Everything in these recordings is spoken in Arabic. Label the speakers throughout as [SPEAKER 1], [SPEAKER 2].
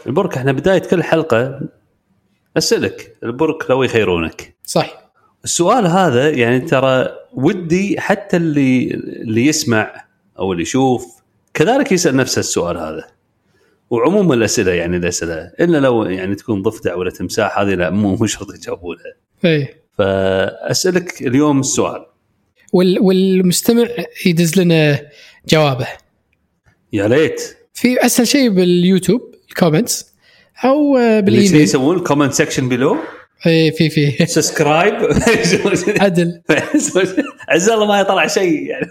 [SPEAKER 1] البرك احنا بداية كل حلقة أسألك البرك لو يخيرونك.
[SPEAKER 2] صح.
[SPEAKER 1] السؤال هذا يعني ترى ودي حتى اللي يسمع أو اللي يشوف كذلك يسأل نفس السؤال هذا. وعموما الأسئلة يعني الأسئلة إلا لو يعني تكون ضفدع ولا تمساح هذه لا مو شرط يجاوبونها.
[SPEAKER 2] إيه.
[SPEAKER 1] فأسألك اليوم السؤال
[SPEAKER 2] والمستمع يدز لنا جوابه.
[SPEAKER 1] يا ليت
[SPEAKER 2] في أسهل شيء باليوتيوب الكومنتس أو بالإيميل
[SPEAKER 1] اللي يسوون كومنت سيكشن بيلو.
[SPEAKER 2] إيه في
[SPEAKER 1] سبسكرايب
[SPEAKER 2] عدل
[SPEAKER 1] عز الله ما يطلع شيء يعني.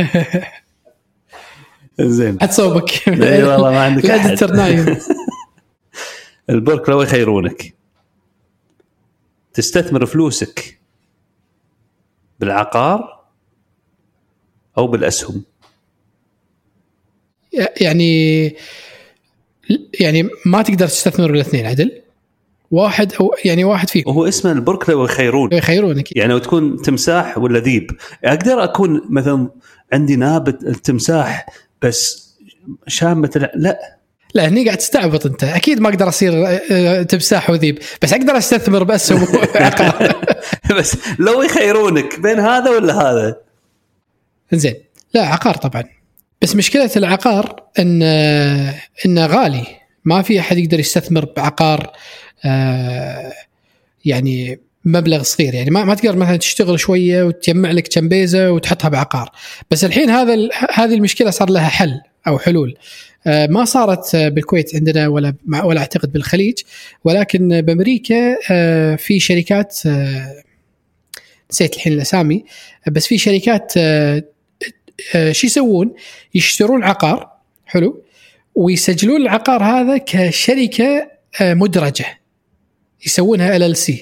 [SPEAKER 1] زين
[SPEAKER 2] حد صوبك.
[SPEAKER 1] اي والله ما عندك
[SPEAKER 2] احد.
[SPEAKER 1] البرك لو يخيرونك تستثمر فلوسك بالعقار او بالاسهم،
[SPEAKER 2] يعني ما تقدر تستثمر بالاثنين عدل واحد او يعني واحد فيهم.
[SPEAKER 1] وهو اسمه البرك لو
[SPEAKER 2] يخيرونك
[SPEAKER 1] يعني وتكون تمساح ولا ذيب. اقدر اكون مثلا عندي نابت التمساح بس شامة لا
[SPEAKER 2] هني قاعد تستعبط انت. اكيد ما اقدر اصير تمساح وذيب بس اقدر استثمر باسهم عقار.
[SPEAKER 1] بس لو يخيرونك بين هذا ولا هذا
[SPEAKER 2] زين لا عقار طبعا. بس مشكلة العقار إنه غالي، ما في أحد يقدر يستثمر بعقار يعني مبلغ صغير. يعني ما تقدر مثلا تشتغل شوية وتجمع لك جنبيزة وتحطها بعقار. بس الحين هذه المشكلة صار لها حل أو حلول. ما صارت بالكويت عندنا ولا أعتقد بالخليج، ولكن بأمريكا في شركات نسيت الحين الأسامي، بس في شركات شو يسوون؟ يشترون عقار حلو ويسجلون العقار هذا كشركة مدرجة يسوونها LLC.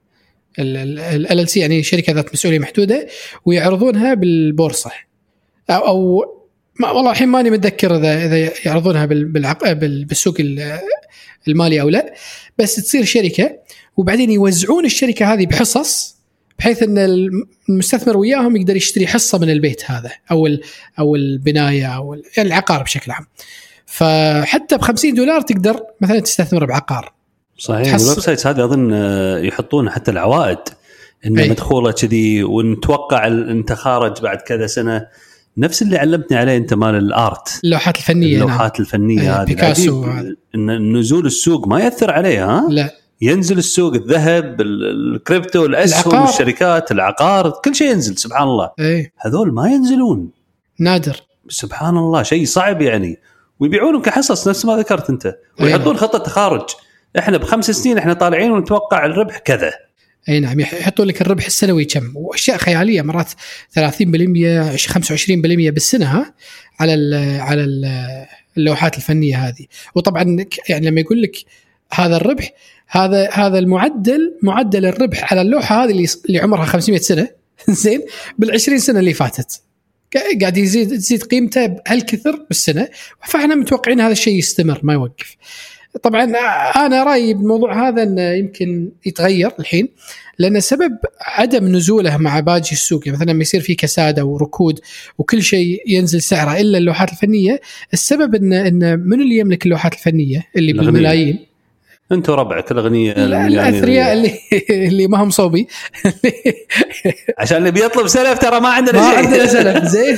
[SPEAKER 2] LLC يعني شركة ذات مسؤولية محدودة، ويعرضونها بالبورصة أو والله الحين ماني متذكر إذا يعرضونها بالسوق المالي أو لا، بس تصير شركة وبعدين يوزعون الشركة هذه بحصص بحيث ان المستثمر وياهم يقدر يشتري حصة من البيت هذا او البناية او يعني العقار بشكل عام. فحتى $50 تقدر مثلا تستثمر بعقار.
[SPEAKER 1] صحيح. الويب سايت هذه اظن يحطون حتى العوائد انه مدخوله كذي ونتوقع انت خارج بعد كذا سنة، نفس اللي علمتني عليه انت مال الارت،
[SPEAKER 2] اللوحات الفنية
[SPEAKER 1] هذه
[SPEAKER 2] بيكاسو.
[SPEAKER 1] ان نزول السوق ما يأثر عليها.
[SPEAKER 2] لا
[SPEAKER 1] ينزل السوق، الذهب، الكريبتو، الأسهم، الشركات، العقار، كل شيء ينزل سبحان الله. هذول ما ينزلون،
[SPEAKER 2] نادر سبحان
[SPEAKER 1] الله، شيء صعب يعني. ويبيعونهم كحصص نفس ما ذكرت انت، ويحطون خطة تخارج. احنا ب5 سنين احنا طالعين ونتوقع الربح كذا.
[SPEAKER 2] اي نعم، يحطون لك الربح السنوي كم، واشياء خياليه مرات 30% 25% بالسنه على اللوحات الفنيه هذه. وطبعا يعني لما يقول لك هذا الربح، هذا معدل الربح على اللوحه هذه اللي عمرها 500 سنه زين بال20 سنه اللي فاتت قاعد تزيد قيمته بهالكثر بالسنه. فاحنا متوقعين هذا الشيء يستمر ما يوقف. طبعا انا رايي بالموضوع هذا انه يمكن يتغير الحين، لان سبب عدم نزوله مع باقي السوق، يعني مثلا لما يصير في كساده وركود وكل شيء ينزل سعره الا اللوحات الفنيه، السبب ان من اللي يملك اللوحات الفنيه اللي بالملايين؟
[SPEAKER 1] انتوا ربعك الاغنياء
[SPEAKER 2] الاثرياء اللي ما هم صوبي
[SPEAKER 1] عشان اللي بيطلب سلف ترى ما عندنا
[SPEAKER 2] سلف زين.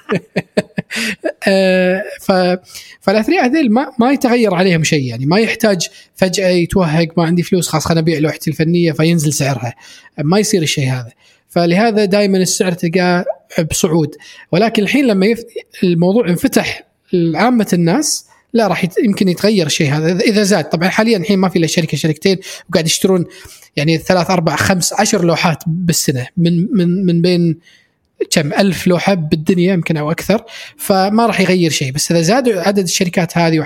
[SPEAKER 2] فالاثرياء هذول ما يتغير عليهم شيء، يعني ما يحتاج فجأة يتوهق ما عندي فلوس خلاص خلنا ابيع لوحتي الفنية فينزل سعرها، ما يصير الشيء هذا. فلهذا دائما السعر تلقاه بصعود. ولكن الحين لما الموضوع انفتح لعامة الناس، لا راح يمكن يتغير الشيء هذا إذا زاد. طبعا حاليا الحين ما في إلا شركتين وقاعد يشترون يعني 3 4 5 10 لوحات بالسنة من بين كم 1000 لوحة بالدنيا يمكن أو أكثر. فما راح يغير شيء. بس إذا زاد عدد الشركات هذه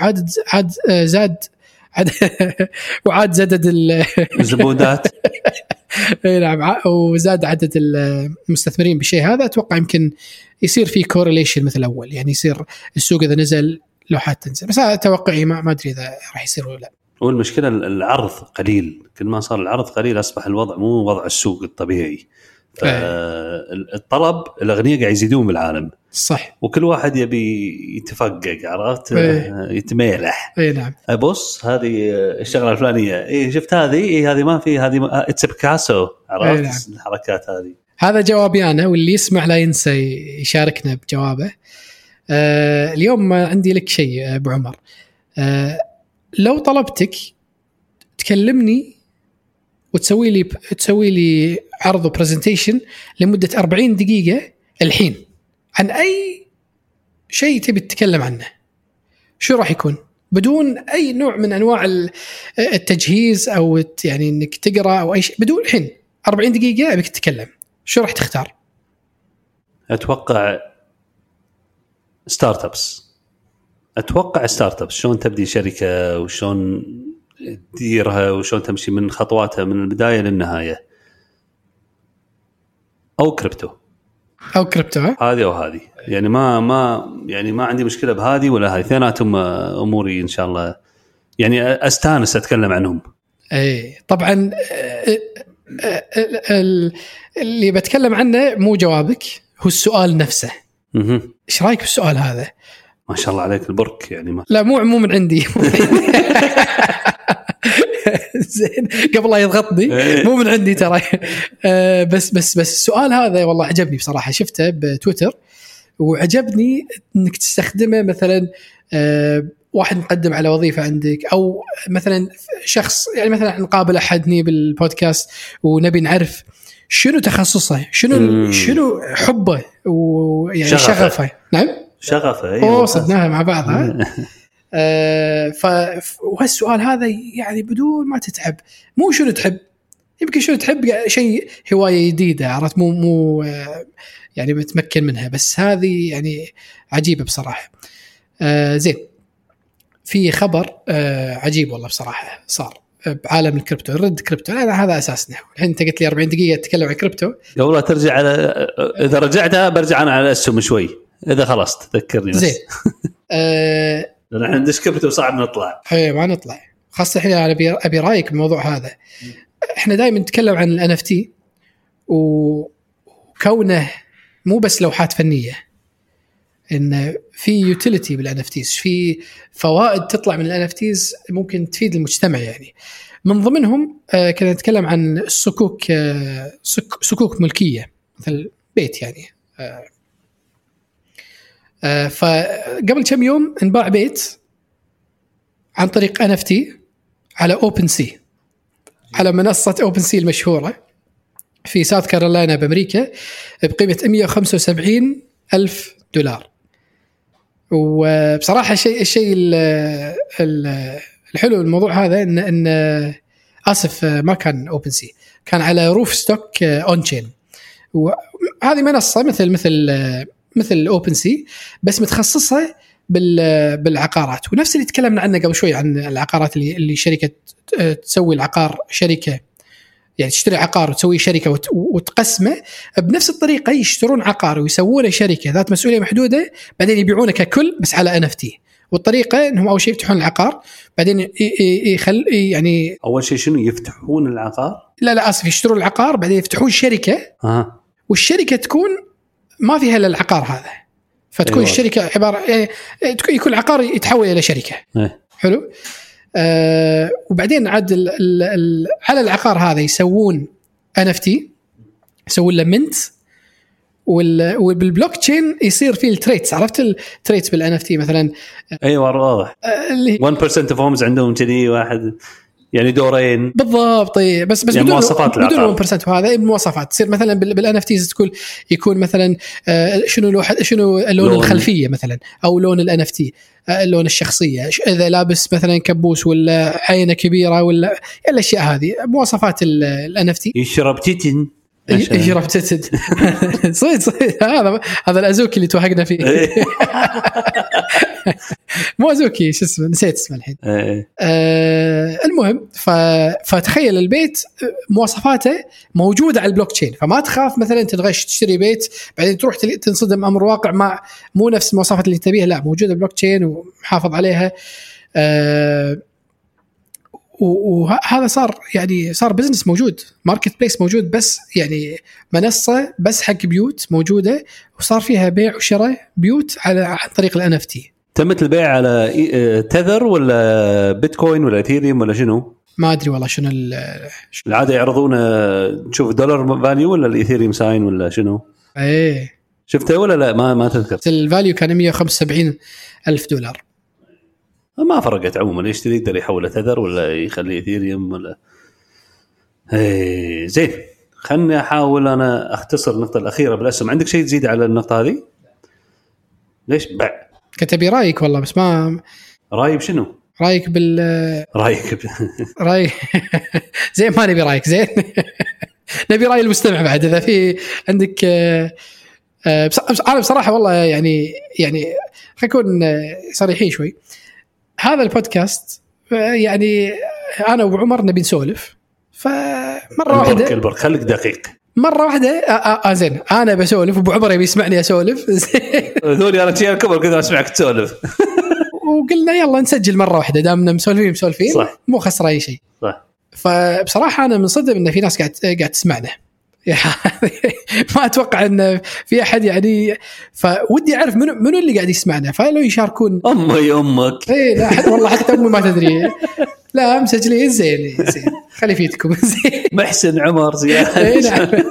[SPEAKER 2] وعاد زادت
[SPEAKER 1] الزبودات
[SPEAKER 2] نعم، وزاد عدد المستثمرين بالشيء هذا، أتوقع يمكن يصير في كورليشن مثل الأول، يعني يصير السوق إذا نزل لوحات تنزل. بس هذا توقعي، ما أدري إذا راح يصير ولا لا.
[SPEAKER 1] والمشكلة العرض قليل، كل ما صار العرض قليل أصبح الوضع مو وضع السوق الطبيعي. الطلب الاغنياء قاعد يزيدون بالعالم
[SPEAKER 2] صح،
[SPEAKER 1] وكل واحد يبي يتفقق، عرفت؟ يتميلح.
[SPEAKER 2] اي نعم.
[SPEAKER 1] بص هذه الشغله الفلانيه، شفت هذه هذه ما في، هذه اتس بيكاسو، عرفت؟
[SPEAKER 2] نعم.
[SPEAKER 1] الحركات هذه.
[SPEAKER 2] هذا جوابي انا، واللي يسمع لا ينسى يشاركنا بجوابه. اليوم عندي لك شيء ابو عمر. لو طلبتك تكلمني وتسوي لي عرض وبرزنتيشن لمدة 40 دقيقة الحين عن أي شيء تبي تتكلم عنه، شو راح يكون بدون أي نوع من أنواع التجهيز أو يعني إنك تقرأ أو أي شيء، بدون الحين 40 دقيقة أبيك تتكلم، شو راح تختار؟
[SPEAKER 1] أتوقع ستارت ابس، شلون تبدي شركة وشلون تديرها وشلون تمشي من خطواتها من البداية للنهاية، أو كريبتو هذه أو هذه، يعني ما عندي مشكلة بهذه ولا هذه، ثاناتهم أموري إن شاء الله، يعني أستانس أتكلم عنهم.
[SPEAKER 2] أي طبعا اللي بتكلم عنه مو جوابك، هو السؤال نفسه. إيش رأيك بالسؤال هذا؟
[SPEAKER 1] ما شاء الله عليك البرك يعني ما.
[SPEAKER 2] لا مو من عندي زين قبل لا يضغطني، مو من عندي ترى. بس السؤال هذا والله عجبني بصراحة، شفته بتويتر وعجبني انك تستخدمه مثلا واحد مقدم على وظيفة عندك، او مثلا شخص يعني مثلا نقابل احدني بالبودكاست ونبي نعرف شنو تخصصه، شنو حبه ويعني شغفه. نعم
[SPEAKER 1] شغفه، ايوه
[SPEAKER 2] صدناها مع بعض. وهالسؤال هذا يعني بدون ما تتعب، مو شنو تحب، يمكن شنو تحب شيء هواية جديدة، عرفت؟ مو يعني بتمكن منها، بس هذه يعني عجيبة بصراحة. زين، في خبر عجيب والله بصراحة صار بعالم الكريبتو، الرد كريبتو، هذا أساسنا. الحين أنت قلت لي 40 دقيقة تتكلم عن كريبتو،
[SPEAKER 1] قبل لا ترجع على، إذا رجعتها برجع أنا على الأسهم شوي، إذا خلاص تذكرني بس.
[SPEAKER 2] زين.
[SPEAKER 1] نحن ندش كريبتو صعب نطلع.
[SPEAKER 2] ما نطلع، خاصة الحين أنا أبي رأيك بالموضوع هذا. إحنا دائما نتكلم عن ال NFT وكونه مو بس لوحات فنية، إن في يوتيليتي بال NFTs، في فوائد تطلع من ال NFTs ممكن تفيد المجتمع. يعني من ضمنهم كنا نتكلم عن الصكوك، صكوك ملكية مثل بيت يعني. فقبل كم يوم انباع بيت عن طريق NFT على OpenSea، على منصة OpenSea المشهورة في ساوث كارولاينا بأمريكا، بقيمة $175,000. وبصراحة الشيء الحلو الموضوع هذا إن آسف ما كان OpenSea، كان على روف ستوك أون تشين، وهذه منصة مثل OpenSea بس متخصصة بالعقارات، ونفس اللي تكلمنا عنه قبل شوي عن العقارات اللي شركة تسوي العقار، شركة يعني تشتري عقار وتسوي شركة وتقسمه، بنفس الطريقة يشترون عقار ويسوونه شركة ذات مسؤولية محدودة، بعدين يبيعونه ككل بس على NFT. والطريقة إنهم أول شيء يفتحون العقار، بعدين يعني
[SPEAKER 1] أول شيء شنو يفتحون العقار؟ لا
[SPEAKER 2] آسف، يشترون العقار بعدين يفتحون شركة. والشركة تكون ما فيها إلا العقار هذا، فتكون أيوة. الشركة عبارة يعني يكون العقار يتحول إلى شركة. حلو. وبعدين عاد على العقار هذا يسوون NFT، يسوون له منت، وبالبلوك تشين يصير فيه التريتس. عرفت التريتس بالNFT مثلا؟
[SPEAKER 1] ايوه واضح. 1% اوف هومز عندهم كذي واحد يعني دورين
[SPEAKER 2] بالضبط. بس
[SPEAKER 1] يعني
[SPEAKER 2] بدون 1%. وهذا المواصفات تصير مثلا بالNFTs تقول يكون مثلا شنو اللون الخلفية مثلا، او لون الNFT، اللون الشخصية، اذا لابس مثلا كبوس ولا عينه كبيرة ولا الاشياء هذه مواصفات الNFT.
[SPEAKER 1] يشرب تيتن
[SPEAKER 2] صيد هذا الازوكي اللي توهقنا فيه. مو ازوكي، شو اسمه، نسيت اسمه الحين. المهم فتخيل البيت مواصفاته موجوده على البلوك تشين، فما تخاف مثلا تتغش تشتري بيت بعدين تروح تنصدم امر واقع مع مو نفس المواصفات اللي تبيها، لا موجوده بلوك تشين ومحافظ عليها. وهذا صار بزنس موجود، ماركت بليس موجود، بس يعني منصة بس حق بيوت موجودة، وصار فيها بيع وشراء بيوت عن طريق ال NFT.
[SPEAKER 1] تمت البيع على تذر ولا بيتكوين ولا اثيريوم ولا شنو؟
[SPEAKER 2] ما ادري والله شنو
[SPEAKER 1] العاده يعرضون نشوف دولار فاليو ولا الايثيريوم ساين ولا شنو.
[SPEAKER 2] ايه
[SPEAKER 1] شفته ولا لا؟ ما تذكر.
[SPEAKER 2] الفاليو كان $175,000.
[SPEAKER 1] ما فرقت عموما، يشتري يقدر يحول تذر ولا يخليه ايثيريوم ولا. ايه زين، خلني احاول انا اختصر النقطه الاخيره بالاسهم. عندك شيء تزيد على النقطه هذه؟ ليش
[SPEAKER 2] كتبي رايك والله، بس ما
[SPEAKER 1] رايي بشنو؟
[SPEAKER 2] رايك رايك زين، ما نبي رايك زين. نبي راي المستمع بعد اذا في عندك. انا بصراحه والله يعني خلينا نكون صريحين شوي. هذا البودكاست يعني انا وابو عمر نبي نسولف، فمره واحده
[SPEAKER 1] البرك خليك دقيق.
[SPEAKER 2] مره واحده زين انا بسولف وابو عمر يبي يسمعني اسولف.
[SPEAKER 1] ذولي انا تيار كبر كذا اسمعك تسولف.
[SPEAKER 2] وقلنا يلا نسجل مره واحده دامنا مسولفين
[SPEAKER 1] صح.
[SPEAKER 2] مو خسر اي شيء.
[SPEAKER 1] صح.
[SPEAKER 2] فبصراحه انا منصدم ان في ناس قاعد تسمعنا. ما اتوقع ان في احد يعني، فودي اعرف منو اللي قاعد يسمعنا، فلو يشاركون.
[SPEAKER 1] امك
[SPEAKER 2] اي لا حتى والله حتى امي ما تدري. لا مسجلين زين خلي فيتكم زين.
[SPEAKER 1] محسن عمر زياد.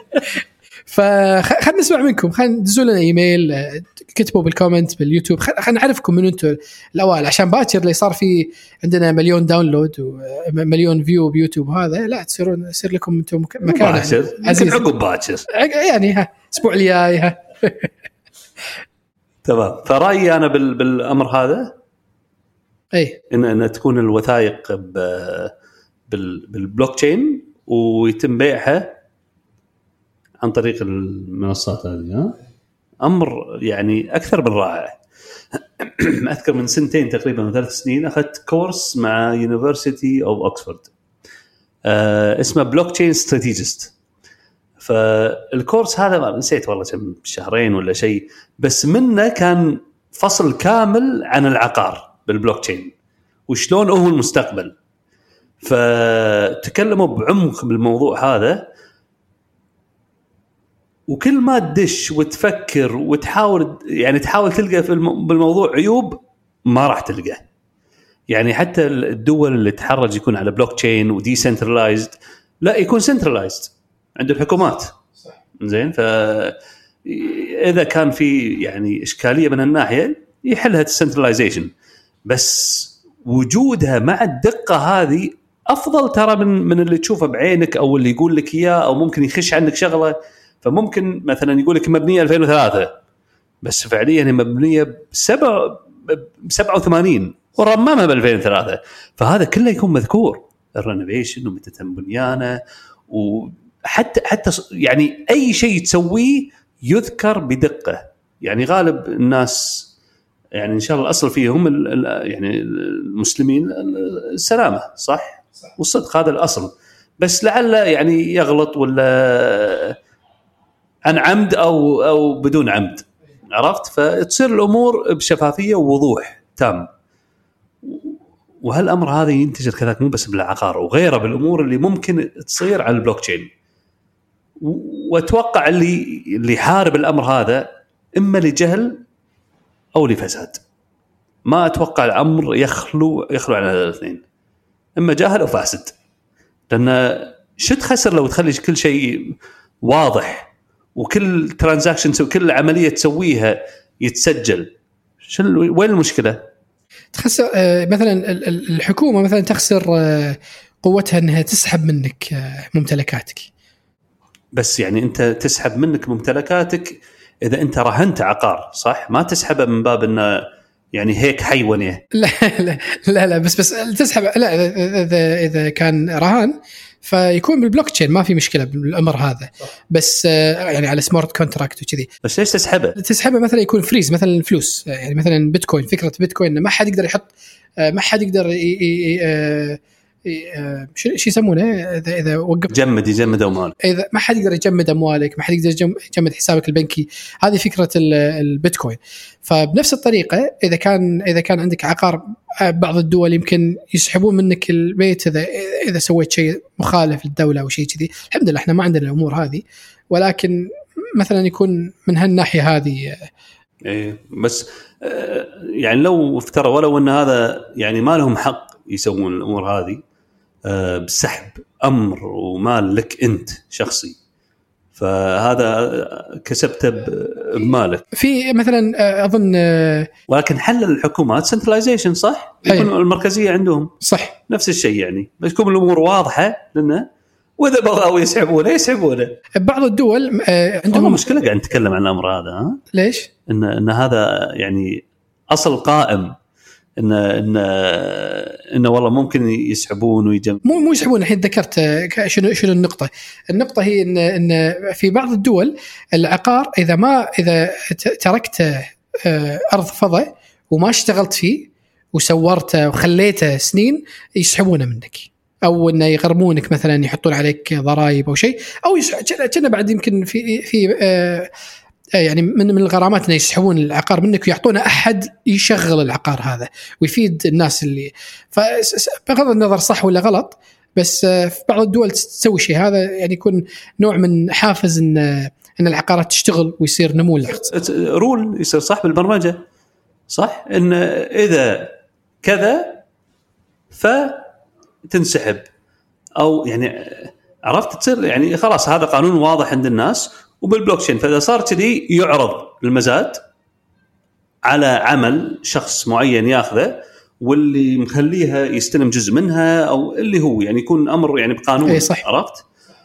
[SPEAKER 2] فخلنا نسمع منكم، خلنا دزوا لنا ايميل، كتبوا بالكومنت باليوتيوب، خلنا نعرفكم من انتم الاوائل، عشان باكر اللي صار في عندنا 1,000,000 داونلود و1,000,000 فيو بيوتيوب، هذا لا يصير لكم انتم مكان
[SPEAKER 1] عزيز عقب باكر
[SPEAKER 2] يعني الاسبوع الجاي.
[SPEAKER 1] تمام. فرأيي انا بالامر هذا
[SPEAKER 2] اي
[SPEAKER 1] ان تكون الوثائق بالبلوك تشين ويتم بيعها عن طريق المنصات هذه. امر يعني اكثر من رائع. اذكر من 2 تقريبا 3 سنين اخذت كورس مع يونيفرسيتي اوف اوكسفورد اسمه بلوك تشين ستراتيجيست. فالكورس هذا ما نسيت والله كم شهرين ولا شيء، بس منه كان فصل كامل عن العقار بالبلوك تشين وشلون هو المستقبل. فتكلموا بعمق بالموضوع هذا، وكل ما تدش وتفكر وتحاول يعني تحاول تلقى بالموضوع عيوب ما راح تلقى. يعني حتى الدول اللي تحرج يكون على بلوك تشين ودي سنترلايزد، لا يكون سنترلايزد عند الحكومات. زين، فإذا كان في يعني إشكالية من الناحية يحلها السنترلايزيشن، بس وجودها مع الدقة هذه أفضل ترى من اللي تشوفه بعينك أو اللي يقول لك إياه، أو ممكن يخش عنك شغلة. فممكن مثلا يقول لك مبنية 2003 بس فعليا هي مبنية 87 ورممها ب 2003. فهذا كله يكون مذكور، الرينوفيشن ومتى تم بنيانه، وحتى يعني أي شيء تسويه يذكر بدقة. يعني غالب الناس يعني إن شاء الله الأصل فيهم يعني المسلمين السلامة صح والصدق، هذا الأصل. بس لعل يعني يغلط ولا عن عمد أو بدون عمد، عرفت؟ فتصير الأمور بشفافية ووضوح تام. وهالأمر هذا ينتشر كذلك مو بس بالعقار وغيره بالأمور اللي ممكن تصير على البلوك تشين. واتوقع اللي حارب الأمر هذا إما لجهل أو لفساد. ما أتوقع الأمر يخلو عن هذا الاثنين، إما جاهل أو فاسد. لأن شو تخسر لو تخلي كل شيء واضح وكل ترانزاكشن وكل عملية تسويها يتسجل؟ وين المشكلة؟
[SPEAKER 2] تخسر مثلا الحكومة مثلا تخسر قوتها أنها تسحب منك ممتلكاتك.
[SPEAKER 1] بس يعني أنت تسحب منك ممتلكاتك إذا أنت رهنت عقار صح؟ ما تسحبه من باب أنه يعني هيك حيوانية.
[SPEAKER 2] لا بس تسحب. لا إذا كان رهان فيكون بالبلوك تشين ما في مشكلة بالأمر هذا. بس يعني على سمارت كونتراكت وكذي.
[SPEAKER 1] بس ليش تسحبه مثلا
[SPEAKER 2] يكون فريز مثلا الفلوس. يعني مثلا بيتكوين، فكرة بيتكوين ما حد يقدر يحط، ما حد يقدر شو يسمونه اذا وقف
[SPEAKER 1] يجمد اموالك،
[SPEAKER 2] اذا ما حد يقدر يجمد اموالك، ما حد يقدر يجمد حسابك البنكي. هذه فكره البيتكوين. فبنفس الطريقه اذا كان عندك عقار، بعض الدول يمكن يسحبون منك البيت اذا سويت شيء مخالف للدوله او شيء كذي. الحمد لله احنا ما عندنا الامور هذه، ولكن مثلا يكون من هالناحيه هذه.
[SPEAKER 1] ايه بس يعني لو افترى ولو ان هذا يعني ما لهم حق يسوون الامور هذه بسحب امر ومال لك انت شخصي، فهذا كسبته بمالك.
[SPEAKER 2] في مثلا اظن
[SPEAKER 1] ولكن حل الحكومات سنتراليزيشن، صح؟ يكون المركزيه عندهم
[SPEAKER 2] صح
[SPEAKER 1] نفس الشيء، يعني بس تكون الامور واضحه لنا، واذا بغوا يسحبونه.
[SPEAKER 2] بعض الدول عندهم
[SPEAKER 1] مشكله قاعد نتكلم عن الامر هذا. ها
[SPEAKER 2] ليش
[SPEAKER 1] ان هذا يعني اصل قائم إن والله ممكن يسحبون ويجمع.
[SPEAKER 2] مو يسحبون. الحين ذكرت شنو النقطة هي إن في بعض الدول العقار إذا تركته أرض فضاء وما اشتغلت فيه وسورته وخليته سنين يسحبونه منك، أو إنه يغرمونك مثلا، يحطون عليك ضرائب أو شيء، أو كنا بعد يمكن في يعني من الغرامات انه يسحبون العقار منك ويعطونه احد يشغل العقار هذا ويفيد الناس اللي. فبغض النظر صح ولا غلط، بس في بعض الدول تسوي شيء هذا، يعني يكون نوع من حافز ان العقارات تشتغل ويصير نمو الاقتصاد.
[SPEAKER 1] رول يصير صح بالبرمجه، صح ان اذا كذا فتنسحب، او يعني عرفت تصير يعني خلاص هذا قانون واضح عند الناس. وبالبلوكشين فإذا صار كذي يعرض المزاد على عمل شخص معين ياخذه، واللي مخليها يستلم جزء منها، أو اللي هو يعني يكون أمر يعني بقانون. عرفت؟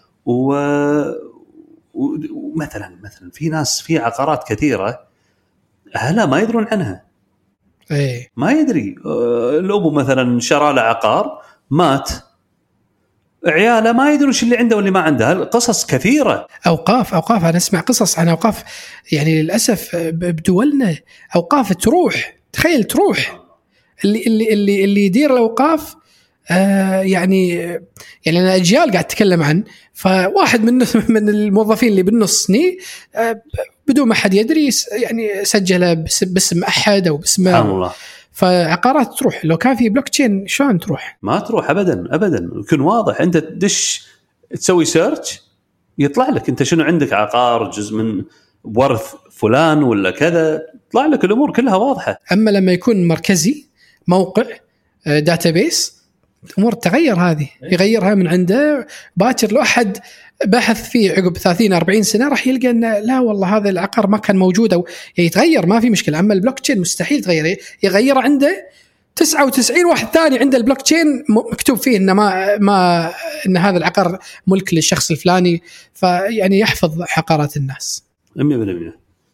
[SPEAKER 1] ومثلا في ناس في عقارات كثيرة أهلا ما يدرون عنها. ما يدري الأبو مثلا شرى له عقار، مات، عياله ما يدرون شو اللي عنده واللي ما عنده. قصص كثيرة.
[SPEAKER 2] أوقاف أنا أسمع قصص عن أوقاف، يعني للأسف بدولنا أوقاف تروح، تخيل تروح اللي يدير الأوقاف. يعني أنا أجيال قاعد أتكلم عن، فواحد من الموظفين اللي بالنص بدون ما حد يدري يعني سجله باسم أحد أو باسم.
[SPEAKER 1] سبحان الله.
[SPEAKER 2] فعقارات تروح. لو كان في بلوك تشين شلون تروح؟
[SPEAKER 1] ما تروح أبدا. يكون واضح، أنت تدش تسوي سيرش يطلع لك أنت شنو عندك عقار، جزء من ورث فلان ولا كذا، يطلع لك الأمور كلها واضحة.
[SPEAKER 2] أما لما يكون مركزي موقع داتابيس، أمور تغير، هذه يغيرها من عنده باكر. لو أحد بحث فيه عقب 30-40 سنة راح يلقى أن لا والله هذا العقار ما كان موجود، أو يتغير ما في مشكلة. أما البلوك تشين مستحيل يغير عنده 99 واحد ثاني عنده البلوك تشين مكتوب فيه إن هذا العقار ملك للشخص الفلاني، فيعني يحفظ عقارات الناس
[SPEAKER 1] 100%.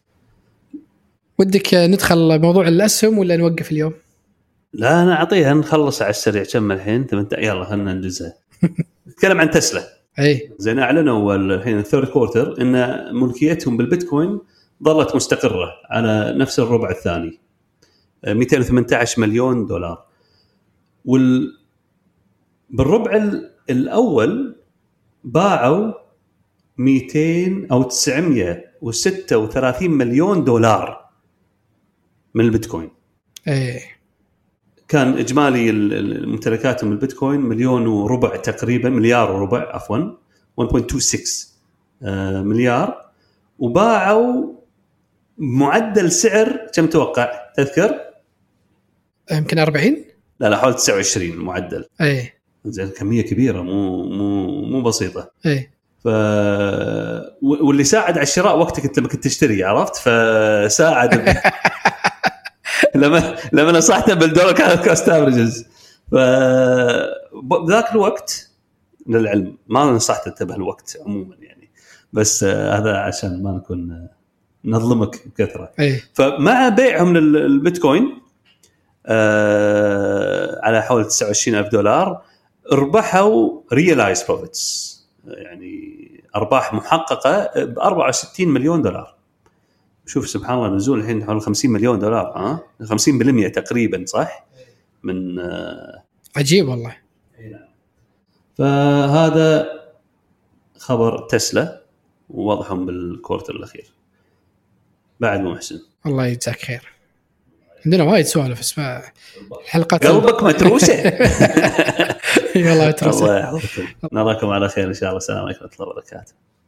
[SPEAKER 2] ودك ندخل موضوع الأسهم ولا نوقف اليوم؟
[SPEAKER 1] لا أنا أعطيها نخلص على السريع. كم الحين؟ يلا خلنا ننجزها. نتكلم عن تسلا. زين أعلنوا الحين الثيرد كوارتر إن ملكيتهم بالبيتكوين ظلت مستقرة على نفس الربع الثاني، $218 مليون. بالربع الأول باعوا 200 أو 936 مليون دولار من البيتكوين. كان إجمالي الممتلكات من البيتكوين 1.4 مليون تقريبا، 1.4 مليار عفوا، 1.26 مليار. وباعوا معدل سعر كم توقع تذكر؟
[SPEAKER 2] يمكن 40.
[SPEAKER 1] لا حوالي 29 معدل. زين كمية كبيرة، مو بسيطة. واللي ساعد على الشراء وقتك انت ما كنت تشتري، عرفت؟ فساعد لما نصحته بالدولار كانت كوست افريجز. فذاك الوقت للعلم ما نصحته بهالوقت عموما يعني، بس هذا عشان ما نكون نظلمك بكثرة. فمع بيعهم للبيتكوين على حوالي $29,000 ربحوا realized profits، يعني أرباح محققة $64 مليون. شوف سبحان الله، نزول الحين حوالي $50 مليون، 50% تقريبا، صح؟ من
[SPEAKER 2] عجيب والله.
[SPEAKER 1] فهذا خبر تسلا ووضعهم بالكورتر الأخير. بعد مو محسن
[SPEAKER 2] الله يجزاك خير. عندنا وايد سوالف اسمع الحلقات
[SPEAKER 1] قلبك متروسة.
[SPEAKER 2] والله متروسة.
[SPEAKER 1] الله يحفظكم، نراكم على خير إن شاء الله. السلام عليكم ورحمة الله وبركاته.